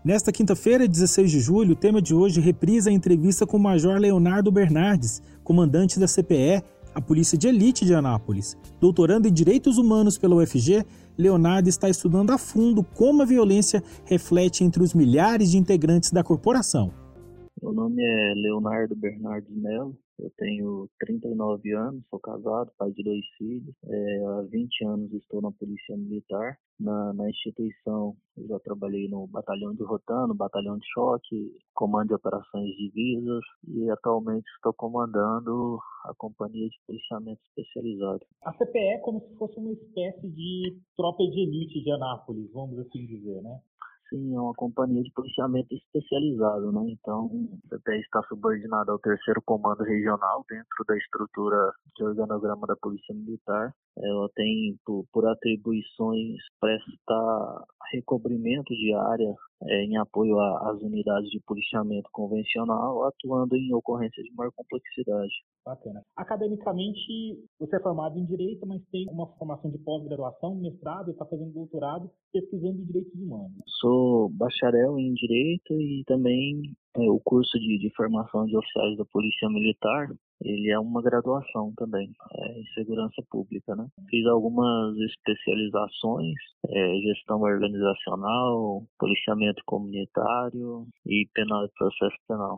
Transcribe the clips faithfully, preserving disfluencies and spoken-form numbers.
Nesta quinta-feira, dezesseis de julho, o tema de hoje reprisa a entrevista com o Major Leonardo Bernardes, comandante da C P E, a Polícia de Elite de Anápolis. Doutorando em Direitos Humanos pela U F G, Leonardo está estudando a fundo como a violência reflete entre os milhares de integrantes da corporação. Meu nome é Leonardo Bernardes Melo, eu tenho trinta e nove anos, sou casado, pai de dois filhos. É, há vinte anos estou na Polícia Militar. Na, na instituição, eu já trabalhei no Batalhão de Rotan, no Batalhão de Choque, Comando de Operações Divisas e atualmente estou comandando a Companhia de Policiamento Especializado. A C P E é como se fosse uma espécie de tropa de elite de Anápolis, vamos assim dizer, né? Sim, é uma companhia de policiamento especializado, né? Então, a C P E está subordinada ao terceiro Comando Regional dentro da estrutura de organograma da Polícia Militar. Ela tem, por, por atribuições, prestar recobrimento de área é, em apoio às unidades de policiamento convencional, atuando em ocorrências de maior complexidade. Bacana. Academicamente, você é formado em Direito, mas tem uma formação de pós-graduação, mestrado, está fazendo doutorado, pesquisando em Direitos Humanos. Sou bacharel em Direito e também é, o curso de, de formação de oficiais da Polícia Militar, ele é uma graduação também, é, em Segurança Pública, né? Fiz algumas especializações, é, gestão organizacional, policiamento comunitário e penal e processo penal.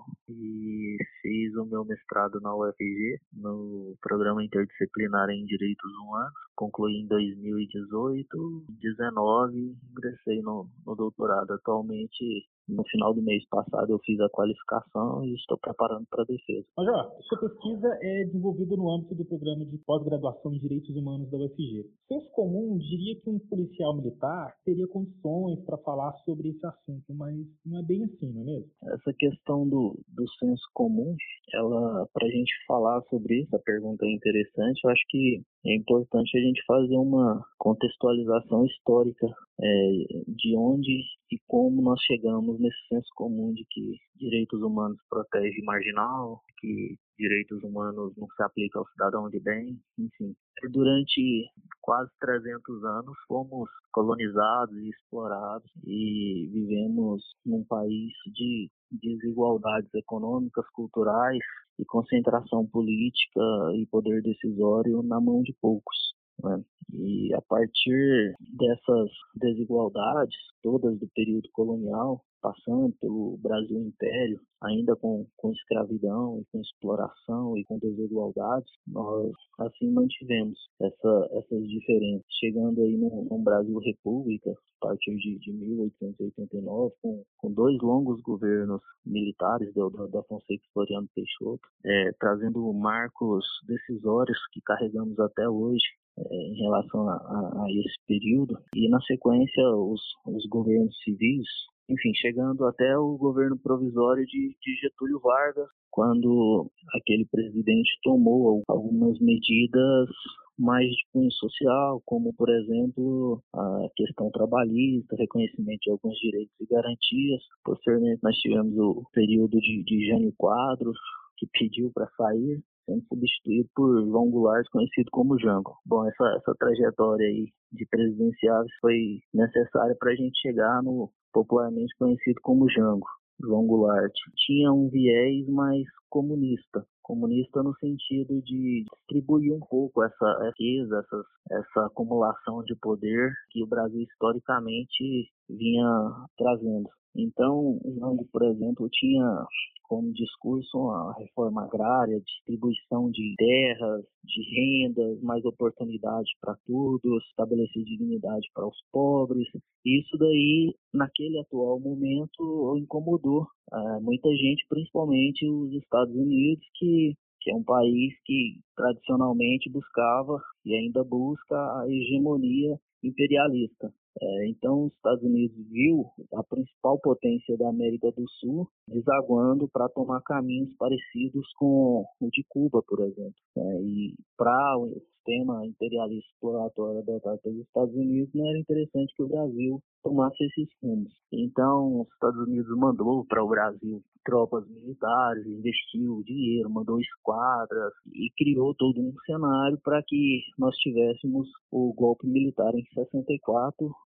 E fiz o meu mestrado na U F G, no Programa Interdisciplinar em Direitos Humanos. Concluí em dois mil e dezoito, dezenove, ingressei no, no doutorado. Atualmente, no final do mês passado, eu fiz a qualificação e estou preparando para a defesa. Major, sua pesquisa é desenvolvida no âmbito do Programa de Pós-Graduação em Direitos Humanos da U F G. Senso comum diria que um policial militar teria condições para falar sobre esse assunto, mas não é bem assim, não é mesmo? Essa questão do, do senso comum, ela, para a gente falar sobre isso, a pergunta é interessante, eu acho que é importante a gente fazer uma contextualização histórica é, de onde e como nós chegamos nesse senso comum de que direitos humanos protege marginal, que direitos humanos não se aplicam ao cidadão de bem, enfim. Durante quase trezentos anos fomos colonizados e explorados e vivemos num país de desigualdades econômicas, culturais e concentração política e poder decisório na mão de poucos, né? E a partir dessas desigualdades, todas do período colonial, passando pelo Brasil Império, ainda com, com escravidão e com exploração e com desigualdades, nós assim mantivemos essa, essas diferenças. Chegando aí no, no Brasil República, a partir de, de mil oitocentos e oitenta e nove, com, com dois longos governos militares, da, da Fonseca e Floriano Peixoto, é, trazendo marcos decisórios que carregamos até hoje, É, em relação a, a, a esse período, e na sequência os, os governos civis, enfim, chegando até o governo provisório de, de Getúlio Vargas, quando aquele presidente tomou algumas medidas mais de cunho social, como, por exemplo, a questão trabalhista, reconhecimento de alguns direitos e garantias. Posteriormente, nós tivemos o período de, de Jânio Quadros, que pediu para sair, sendo substituído por João Goulart, conhecido como Jango. Bom, essa, essa trajetória aí de presidenciáveis foi necessária para a gente chegar no popularmente conhecido como Jango. João Goulart tinha um viés mais comunista, comunista no sentido de distribuir um pouco essa riqueza, essa, essa acumulação de poder que o Brasil historicamente vinha trazendo. Então, o Jango, por exemplo, tinha como discurso a reforma agrária, distribuição de terras, de rendas, mais oportunidade para todos, estabelecer dignidade para os pobres. Isso daí, naquele atual momento, incomodou uh, muita gente, principalmente os Estados Unidos, que, que é um país que tradicionalmente buscava e ainda busca a hegemonia imperialista. É, então, os Estados Unidos viu a principal potência da América do Sul desaguando para tomar caminhos parecidos com o de Cuba, por exemplo. É, e para o sistema imperialista exploratório adotado pelos Estados Unidos, não era interessante que o Brasil tomasse esses rumos. Então, os Estados Unidos mandou para o Brasil tropas militares, investiu dinheiro, mandou esquadras e criou todo um cenário para que nós tivéssemos o golpe militar em sessenta e quatro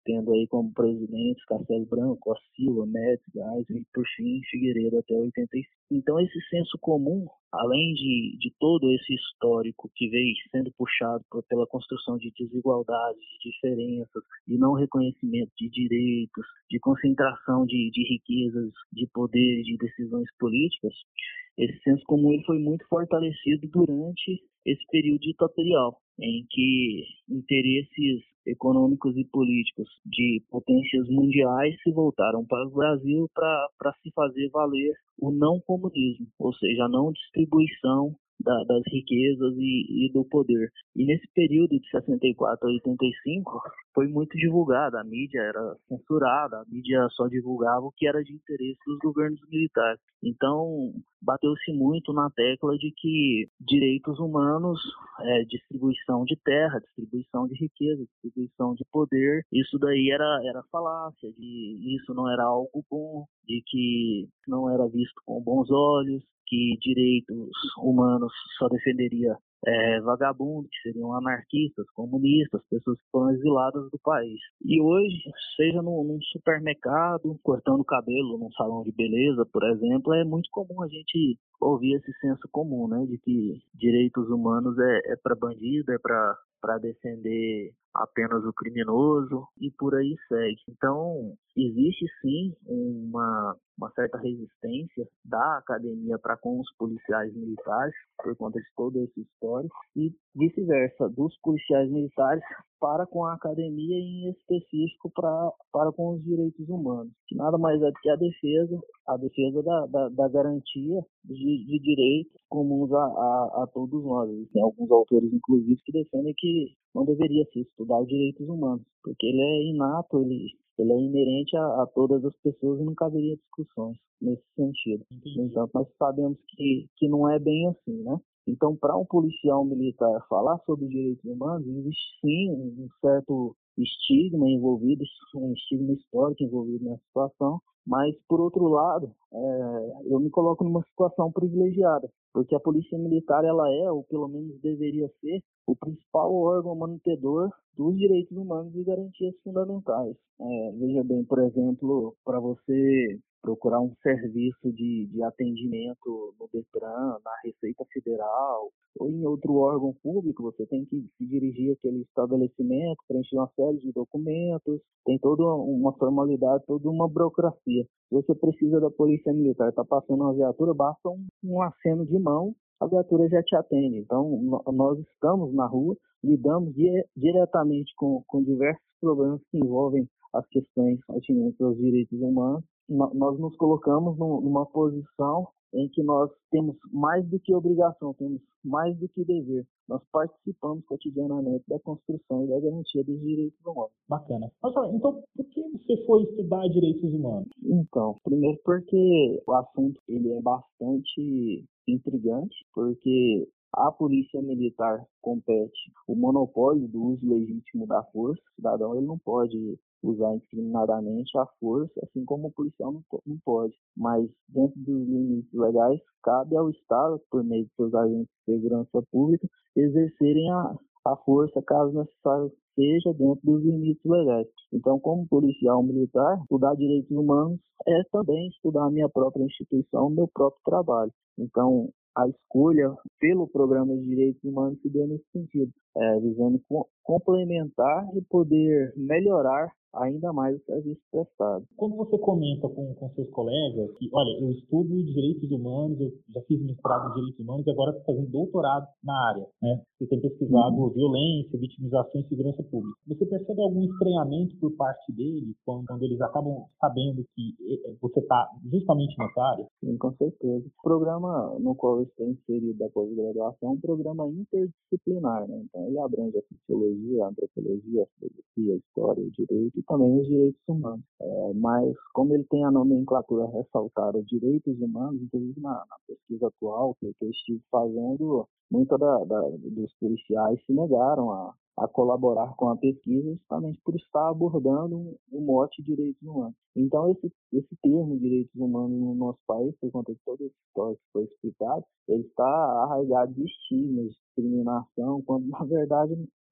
tendo aí como presidentes Castelo Branco, Costa Silva, Médici, Geisel e, por fim, Figueiredo até oitenta e cinco. Então, esse senso comum, além de, de todo esse histórico que veio sendo puxado por, pela construção de desigualdades, de diferenças, de não reconhecimento de direitos, de concentração de, de riquezas, de poder, de decisões políticas, esse senso comum ele foi muito fortalecido durante esse período ditatorial, em que interesses econômicos e políticos de potências mundiais se voltaram para o Brasil para se fazer valer o não comunismo, ou seja, a não distribuição da, das riquezas e, e do poder. E nesse período de sessenta e quatro a oitenta e cinco foi muito divulgada, a mídia era censurada, a mídia só divulgava o que era de interesse dos governos militares. Então, bateu-se muito na tecla de que direitos humanos, é, distribuição de terra, distribuição de riqueza, distribuição de poder, isso daí era, era falácia, de isso não era algo bom, de que não era visto com bons olhos, que direitos humanos só defenderia é, vagabundos, que seriam anarquistas, comunistas, pessoas que foram exiladas do país. E hoje, seja num, num supermercado, cortando cabelo num salão de beleza, por exemplo, é muito comum a gente ouvir esse senso comum, né, de que direitos humanos é, é para bandido, é para para defender apenas o criminoso e por aí segue. Então, existe sim uma, uma certa resistência da academia para com os policiais militares, por conta de todo esse histórico, e vice-versa, dos policiais militares para com a academia, em específico para, para com os direitos humanos, que nada mais é do que a defesa, a defesa da, da, da garantia de, de direitos comuns a, a, a todos nós. Tem alguns autores, inclusive, que defendem que não deveria se estudar direitos humanos, porque ele é inato, ele, ele é inerente a, a todas as pessoas e não caberia discussões nesse sentido. No entanto, nós sabemos que, que não é bem assim, né? Então, para um policial militar falar sobre direitos humanos, existe sim um certo estigma envolvido, um estigma histórico envolvido nessa situação, mas, por outro lado, é, eu me coloco numa situação privilegiada, porque a Polícia Militar, ela é, ou pelo menos deveria ser, o principal órgão mantenedor dos direitos humanos e garantias fundamentais. É, veja bem, por exemplo, para você procurar um serviço de, de atendimento no Detran, na Receita Federal ou em outro órgão público, você tem que se dirigir àquele estabelecimento, preencher uma série de documentos, tem toda uma formalidade, toda uma burocracia. Se você precisa da Polícia Militar, está passando uma viatura, basta um, um aceno de mão, a viatura já te atende. Então, nós estamos na rua, lidamos di- diretamente com, com diversos problemas que envolvem as questões atinentes aos direitos humanos. Nós nos colocamos numa posição em que nós temos mais do que obrigação, temos mais do que dever. Nós participamos cotidianamente da construção e da garantia dos direitos humanos. Bacana. Mas, então, por que você foi estudar direitos humanos? Então, primeiro porque o assunto ele é bastante intrigante, porque a Polícia Militar compete o monopólio do uso legítimo da força. O cidadão ele não pode usar indiscriminadamente a força, assim como o policial não, não pode. Mas, dentro dos limites legais, cabe ao Estado, por meio de seus agentes de segurança pública, exercerem a, a força, caso necessário seja, dentro dos limites legais. Então, como policial militar, estudar direitos humanos é também estudar a minha própria instituição, meu próprio trabalho. Então, a escolha pelo programa de direitos humanos se deu nesse sentido, é, visando co- complementar e poder melhorar ainda mais o serviço prestado. Quando você comenta com, com seus colegas que, olha, eu estudo direitos humanos, eu já fiz mestrado em direitos humanos e agora estou fazendo doutorado na área, né? Você tem pesquisado uhum. violência, vitimização e segurança pública. Você percebe algum estranhamento por parte deles quando, quando eles acabam sabendo que você está justamente nessa área? Sim, com certeza. O programa no qual eu estou inserido da pós-graduação é um programa interdisciplinar, né? Então ele abrange a sociologia, a antropologia, a filosofia, a história, o direito e também os direitos humanos. É, mas como ele tem a nomenclatura ressaltada direitos humanos, inclusive na, na pesquisa atual que, que eu estive fazendo, muitos da, da, dos policiais se negaram a, a colaborar com a pesquisa justamente por estar abordando um, um mote de direitos humanos. Então, esse, esse termo direitos humanos no nosso país, por conta de toda essa história que foi explicado, ele está arraigado de estigmas, de discriminação, quando, na verdade,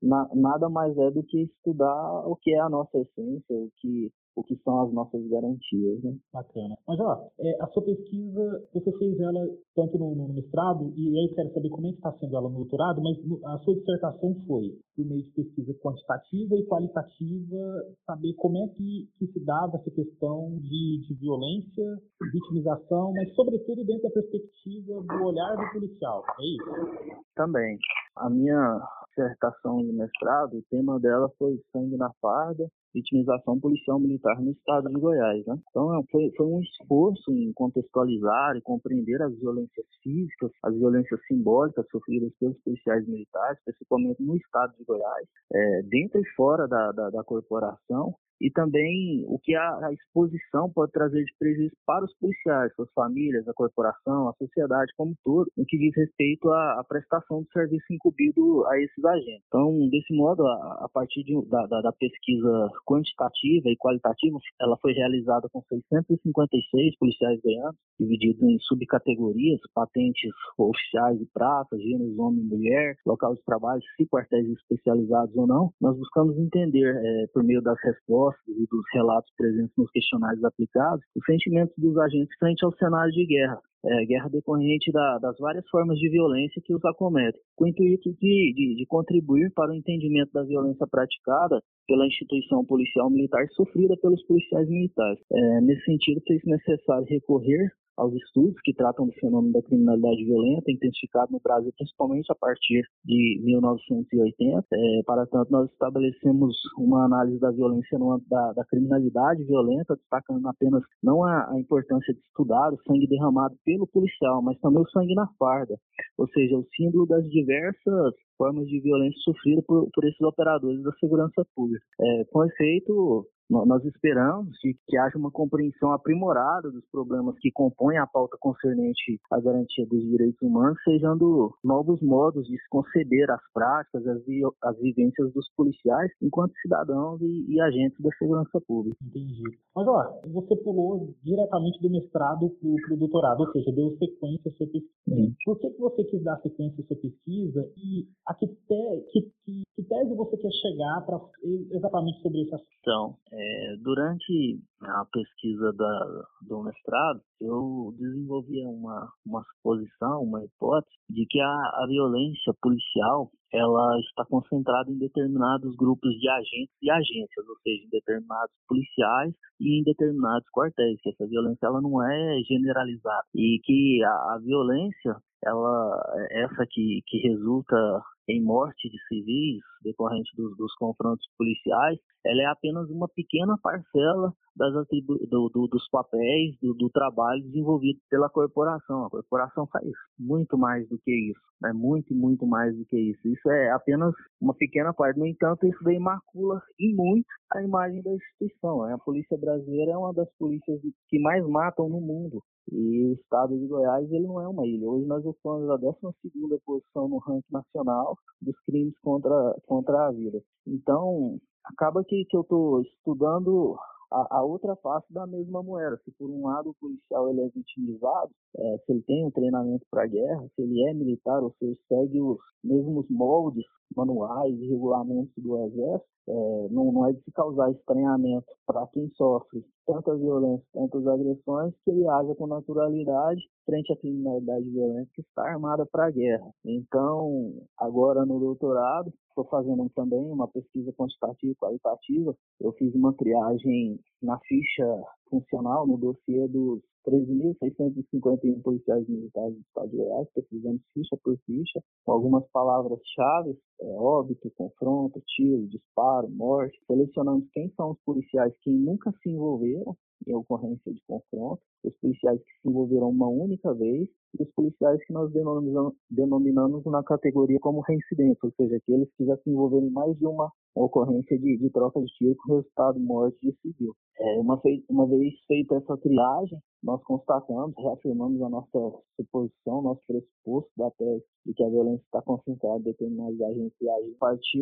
na, nada mais é do que estudar o que é a nossa essência, o que, o que são as nossas garantias, né? Bacana. Mas, ó, é, a sua pesquisa, você fez ela tanto no, no mestrado, e aí eu quero saber como é que está sendo ela no doutorado, mas no, a sua dissertação foi por meio de pesquisa quantitativa e qualitativa, saber como é que, que se dava essa questão de, de violência, vitimização, mas, sobretudo, dentro da perspectiva do olhar do policial. É isso? Também. A minha dissertação de mestrado, o tema dela foi Sangue na Farda, vitimização policial militar no estado de Goiás, né? Então foi, foi um esforço em contextualizar e compreender as violências físicas, as violências simbólicas sofridas pelos policiais militares, principalmente no estado de Goiás, é, dentro e fora da, da, da corporação, e também o que a, a exposição pode trazer de prejuízo para os policiais, suas famílias, a corporação, a sociedade como um todo, no que diz respeito à, à prestação de serviço incumbido a esses agentes. Então, desse modo, a, a partir de, da, da, da pesquisa quantitativa e qualitativa, ela foi realizada com seiscentos e cinquenta e seis policiais goianos, divididos em subcategorias, patentes oficiais e praças, gêneros homem e mulher, local de trabalho, se quartéis especializados ou não. Nós buscamos entender, é, por meio das respostas e dos relatos presentes nos questionários aplicados, os sentimentos dos agentes frente ao cenário de guerra, é, guerra decorrente da, das várias formas de violência que os acometem, com o intuito de, de, de contribuir para o entendimento da violência praticada pela instituição policial militar sofrida pelos policiais militares. É, nesse sentido, fez necessário recorrer aos estudos que tratam do fenômeno da criminalidade violenta, intensificado no Brasil principalmente a partir de mil novecentos e oitenta. É, para tanto, nós estabelecemos uma análise da violência no âmbito da, da criminalidade violenta, destacando apenas não a, a importância de estudar o sangue derramado pelo policial, mas também o sangue na farda, ou seja, o símbolo das diversas formas de violência sofrida por, por esses operadores da segurança pública. É, com efeito, nós esperamos que, que haja uma compreensão aprimorada dos problemas que compõem a pauta concernente à garantia dos direitos humanos, sejando novos modos de se conceber as práticas, as, vi, as vivências dos policiais enquanto cidadãos e, e agentes da segurança pública. Entendi. Mas, ó, você pulou diretamente do mestrado para o doutorado, ou seja, deu sequência à sua pesquisa. Sim. Por que, que você quis dar sequência à sua pesquisa e a que, te, que, que, que tese você quer chegar para exatamente sobre esse assunto? Então, é, durante a pesquisa da, do mestrado, eu desenvolvi uma, uma suposição, uma hipótese de que a, a violência policial ela está concentrada em determinados grupos de agentes e agências, ou seja, em determinados policiais e em determinados quartéis, que essa violência ela não é generalizada e que a, a violência, ela, essa que, que resulta em morte de civis decorrente dos, dos confrontos policiais, ela é apenas uma pequena parcela das atribu- do, do, dos papéis, do, do trabalho desenvolvido pela corporação. A corporação faz muito mais do que isso, né? Muito, muito mais do que isso. Isso é apenas uma pequena parte. No entanto, isso daí macula e muito a imagem da instituição. A Polícia Brasileira é uma das polícias que mais matam no mundo. E o estado de Goiás ele não é uma ilha. Hoje nós ocupamos a décima segunda posição no ranking nacional dos crimes contra, contra a vida. Então, acaba que, que eu estou estudando a, a outra face da mesma moeda. Se por um lado o policial ele é vitimizado, é, se ele tem um treinamento para a guerra, se ele é militar, ou seja, segue os mesmos moldes, manuais e regulamentos do Exército, é, não, não é de se causar estranhamento para quem sofre tantas violências, tantas agressões, que ele haja com naturalidade frente à criminalidade violenta que está armada para a guerra. Então, agora no doutorado, estou fazendo também uma pesquisa quantitativa e qualitativa. Eu fiz uma triagem na ficha funcional, no dossiê dos treze mil seiscentos e cinquenta e um policiais militares do estado de Goiás, pesquisando ficha por ficha, com algumas palavras-chave, é, óbito, confronto, tiro, disparo, morte. Selecionamos quem são os policiais que nunca se envolveram em ocorrência de confronto, os policiais que se envolveram uma única vez e os policiais que nós denominamos, denominamos na categoria como reincidentes, ou seja, aqueles que já se envolveram em mais de uma ocorrência de, de troca de tiro com resultado morte de civil. É, uma, fei- uma vez feita essa triagem, nós constatamos, reafirmamos a nossa suposição, nosso pressuposto da tese de que a violência está concentrada em determinados agentes e agentes a partir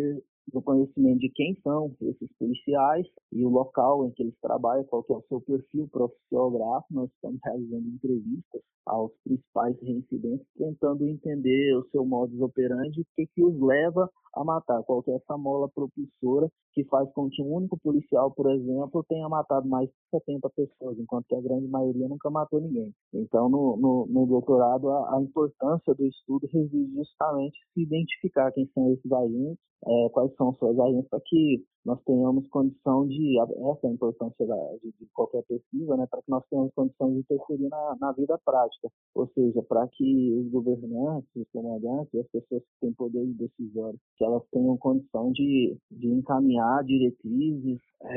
do conhecimento de quem são esses policiais e o local em que eles trabalham, qual que é o seu perfil profissiográfico. Nós estamos realizando entrevistas aos principais reincidentes, tentando entender o seu modus operandi, o que, que os leva a matar, qual que é essa mola propulsora que faz com que um único policial, por exemplo, tenha matado mais de setenta pessoas, enquanto que a grande maioria nunca matou ninguém. Então, no, no, no doutorado, a, a importância do estudo reside justamente em se identificar quem são esses agentes, é, quais são suas agentes, para que nós tenhamos condição de, essa é a importância da, de, de qualquer pesquisa, né, para que nós tenhamos condição de interferir na, na vida prática, ou seja, para que os governantes, os comandantes e as pessoas que têm poder de decisório, que elas tenham condição de, de encaminhar diretrizes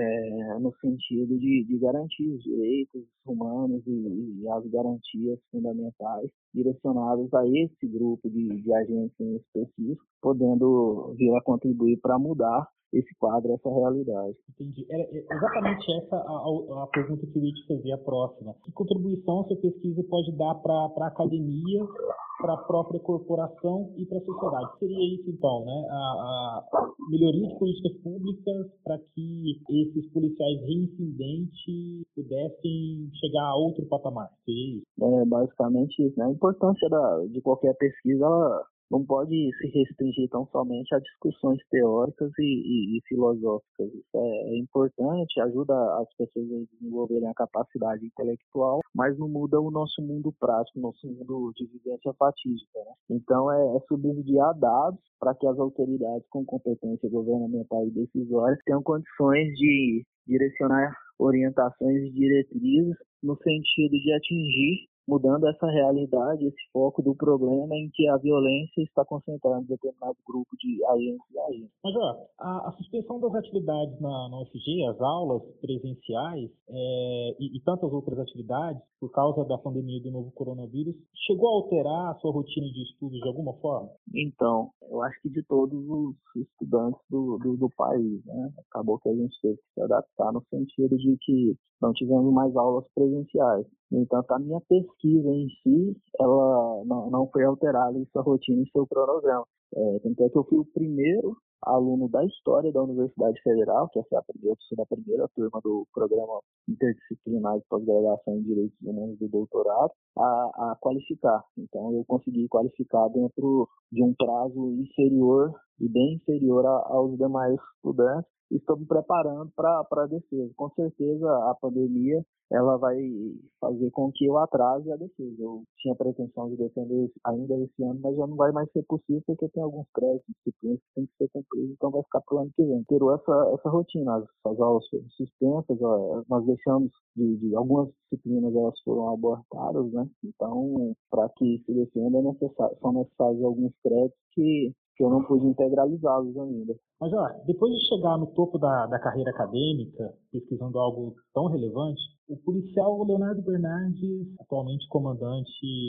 é, no sentido de, de garantir os direitos humanos e, e as garantias fundamentais direcionadas a esse grupo de, de agentes em específico, podendo vir a contribuir para mudar esse quadro, essa realidade. Entendi. Era exatamente essa a, a, a pergunta que eu ia te fazer, a próxima. Que contribuição essa pesquisa pode dar para a academia, para a própria corporação e para a sociedade? Seria isso, então, né? A, a melhoria de políticas públicas para que esses policiais reincidentes pudessem chegar a outro patamar. Seria isso? É basicamente isso, né? A importância da, de qualquer pesquisa, ela não pode se restringir tão somente a discussões teóricas e, e, e filosóficas. Isso é, é importante, ajuda as pessoas a desenvolverem a capacidade intelectual, mas não muda o nosso mundo prático, o nosso mundo de vivência fatídica, né? Então, é, é subsidiar dados para que as autoridades com competência governamental e decisória tenham condições de direcionar orientações e diretrizes no sentido de atingir, mudando essa realidade, esse foco do problema em que a violência está concentrada em determinado grupo de agentes e agentes. Mas, ó, a, a suspensão das atividades na, na U F G, as aulas presenciais é, e, e tantas outras atividades, por causa da pandemia do novo coronavírus, chegou a alterar a sua rotina de estudos de alguma forma? Então, eu acho que de todos os estudantes do, do, do país, né? Acabou que a gente teve que se adaptar no sentido de que não tivemos mais aulas presenciais. No entanto, a minha pesquisa em si, ela não, não foi alterada em sua rotina e seu cronograma. É, tanto é que eu fui o primeiro aluno da história da Universidade Federal, que essa é a primeira, eu sou da primeira turma do programa interdisciplinar de pós-graduação em Direitos Humanos do doutorado, a, a qualificar. Então, eu consegui qualificar dentro de um prazo inferior e bem inferior a, aos demais estudantes. Estou me preparando para a defesa. Com certeza, a pandemia ela vai fazer com que eu atrase a defesa. Eu tinha pretensão de defender ainda esse ano, mas já não vai mais ser possível porque tem alguns créditos, disciplinas que tem que ser cumpridos, então vai ficar para o ano que vem. Terou essa, essa rotina, as, as aulas foram suspensas, ó, nós deixamos de, de algumas disciplinas, elas foram abortadas, né? Então, para que se defenda, é necessário, são necessários alguns créditos que que eu não pude integralizá-los ainda. Mas, ó, depois de chegar no topo da, da carreira acadêmica, pesquisando algo tão relevante, o policial Leonardo Bernardes, atualmente comandante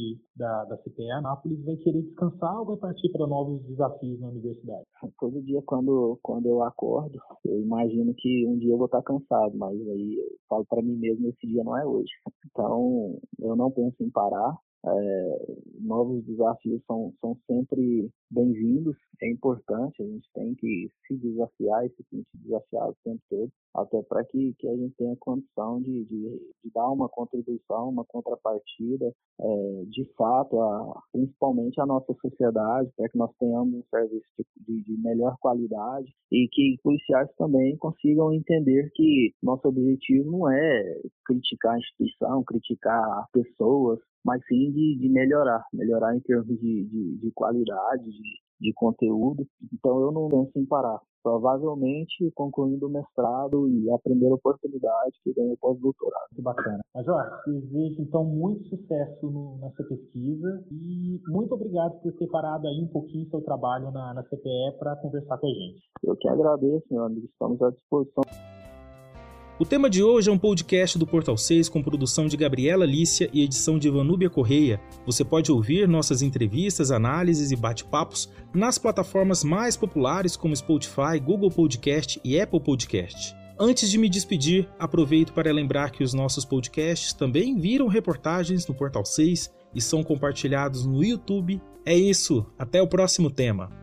da, da C P E Anápolis, vai querer descansar ou vai partir para novos desafios na universidade? Todo dia, quando, quando eu acordo, eu imagino que um dia eu vou estar cansado, mas aí eu falo para mim mesmo, esse dia não é hoje. Então, eu não penso em parar. É, novos desafios são, são sempre bem-vindos, é importante, a gente tem que se desafiar e se sentir desafiado o tempo todo, até para que, que a gente tenha condição de, de, de dar uma contribuição, uma contrapartida, é, de fato, a, principalmente à nossa sociedade, para que nós tenhamos um serviço de, de melhor qualidade e que policiais também consigam entender que nosso objetivo não é criticar a instituição, criticar pessoas, mas sim de, de melhorar, melhorar em termos de, de, de qualidade, de, de conteúdo. Então eu não penso em parar. Provavelmente concluindo o mestrado e a primeira oportunidade que ganho pós-doutorado. Muito bacana. Mas, ó, desejo então muito sucesso no, nessa pesquisa e muito obrigado por ter parado aí um pouquinho seu trabalho na, na C P E para conversar com a gente. Eu que agradeço, meu amigo. Estamos à disposição. O tema de hoje é um podcast do Portal seis com produção de Gabriela Lícia e edição de Vanúbia Correia. Você pode ouvir nossas entrevistas, análises e bate-papos nas plataformas mais populares como Spotify, Google Podcast e Apple Podcast. Antes de me despedir, aproveito para lembrar que os nossos podcasts também viram reportagens no Portal seis e são compartilhados no YouTube. É isso, até o próximo tema.